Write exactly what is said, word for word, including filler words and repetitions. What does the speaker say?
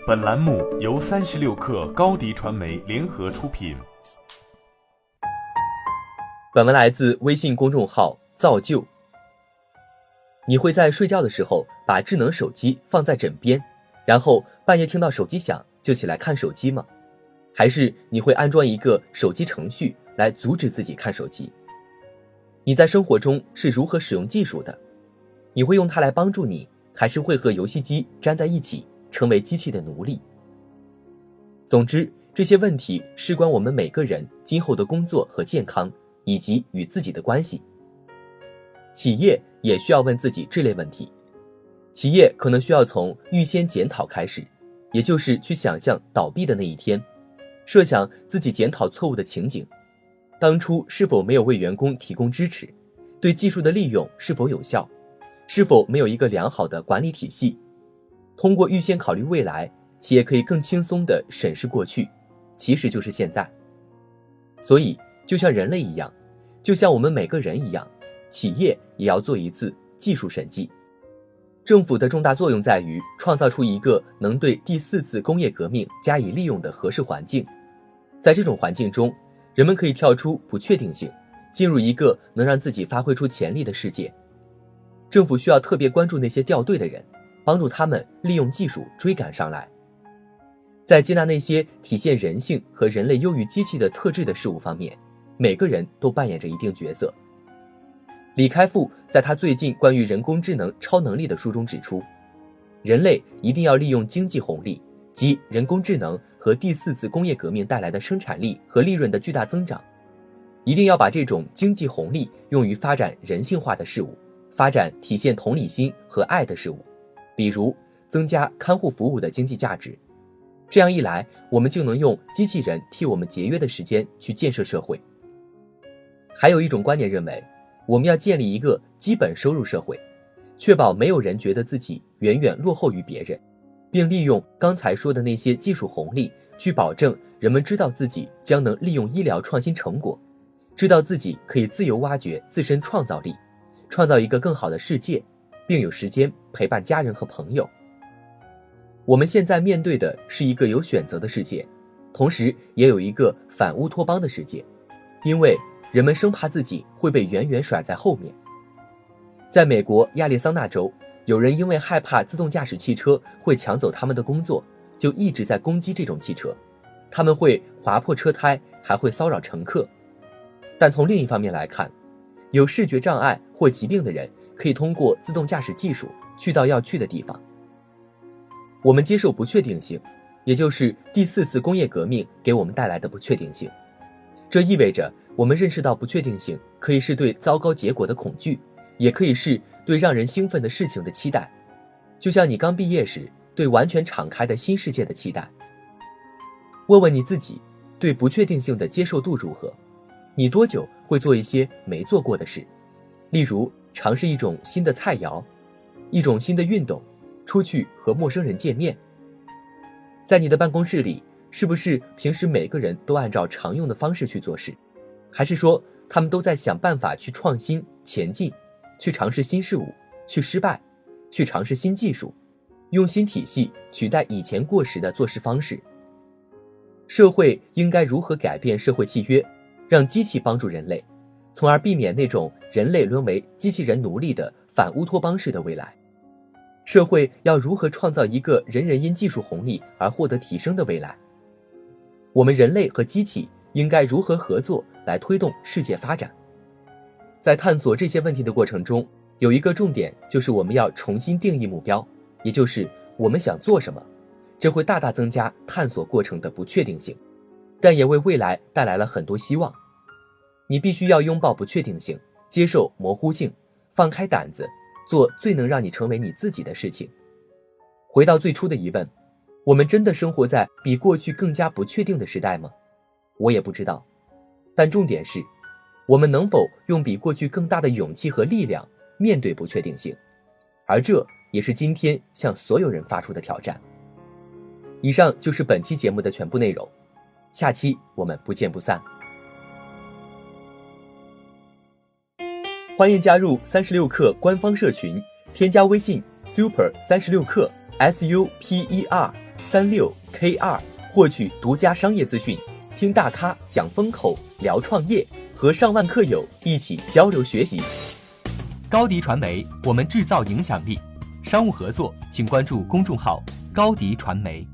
本栏目由三十六氪高迪传媒联合出品。 本文来自微信公众号造就。你会在睡觉的时候把智能手机放在枕边，然后半夜听到手机响就起来看手机吗？还是你会安装一个手机程序来阻止自己看手机？你在生活中是如何使用技术的？你会用它来帮助你，还是会和游戏机粘在一起，成为机器的奴隶？总之，这些问题事关我们每个人今后的工作和健康，以及与自己的关系。企业也需要问自己这类问题。企业可能需要从预先检讨开始，也就是去想象倒闭的那一天，设想自己检讨错误的情景，当初是否没有为员工提供支持，对技术的利用是否有效，是否没有一个良好的管理体系。通过预先考虑未来，企业可以更轻松地审视过去，其实就是现在。所以就像人类一样，就像我们每个人一样，企业也要做一次技术审计。政府的重大作用在于创造出一个能对第四次工业革命加以利用的合适环境。在这种环境中，人们可以跳出不确定性，进入一个能让自己发挥出潜力的世界。政府需要特别关注那些掉队的人，帮助他们利用技术追赶上来。在接纳那些体现人性和人类优于机器的特质的事物方面，每个人都扮演着一定角色。李开复在他最近关于人工智能超能力的书中指出，人类一定要利用经济红利，即人工智能和第四次工业革命带来的生产力和利润的巨大增长，一定要把这种经济红利用于发展人性化的事物，发展体现同理心和爱的事物，比如增加看护服务的经济价值。这样一来，我们就能用机器人替我们节约的时间去建设社会。还有一种观点认为，我们要建立一个基本收入社会，确保没有人觉得自己远远落后于别人，并利用刚才说的那些技术红利，去保证人们知道自己将能利用医疗创新成果，知道自己可以自由挖掘自身创造力，创造一个更好的世界，并有时间陪伴家人和朋友。我们现在面对的是一个有选择的世界，同时也有一个反乌托邦的世界，因为人们生怕自己会被远远甩在后面。在美国亚利桑那州，有人因为害怕自动驾驶汽车会抢走他们的工作，就一直在攻击这种汽车。他们会划破车胎，还会骚扰乘客。但从另一方面来看，有视觉障碍或疾病的人可以通过自动驾驶技术去到要去的地方。我们接受不确定性，也就是第四次工业革命给我们带来的不确定性。这意味着我们认识到不确定性可以是对糟糕结果的恐惧，也可以是对让人兴奋的事情的期待，就像你刚毕业时对完全敞开的新世界的期待。问问你自己，对不确定性的接受度如何？你多久会做一些没做过的事？例如尝试一种新的菜肴，一种新的运动，出去和陌生人见面。在你的办公室里，是不是平时每个人都按照常用的方式去做事？还是说他们都在想办法去创新前进，去尝试新事物，去失败，去尝试新技术，用新体系取代以前过时的做事方式？社会应该如何改变社会契约，让机器帮助人类，从而避免那种人类沦为机器人奴隶的反乌托邦式的未来？社会要如何创造一个人人因技术红利而获得提升的未来？我们人类和机器应该如何合作来推动世界发展？在探索这些问题的过程中，有一个重点就是我们要重新定义目标，也就是我们想做什么。这会大大增加探索过程的不确定性，但也为未来带来了很多希望。你必须要拥抱不确定性，接受模糊性，放开胆子，做最能让你成为你自己的事情。回到最初的疑问，我们真的生活在比过去更加不确定的时代吗？我也不知道，但重点是，我们能否用比过去更大的勇气和力量面对不确定性？而这也是今天向所有人发出的挑战。以上就是本期节目的全部内容，下期我们不见不散。欢迎加入三十六氪官方社群，添加微信 super 三十六氪 S U P E R 三六 K 二，获取独家商业资讯，听大咖讲风口，聊创业，和上万客友一起交流学习。高迪传媒，我们制造影响力。商务合作，请关注公众号高迪传媒。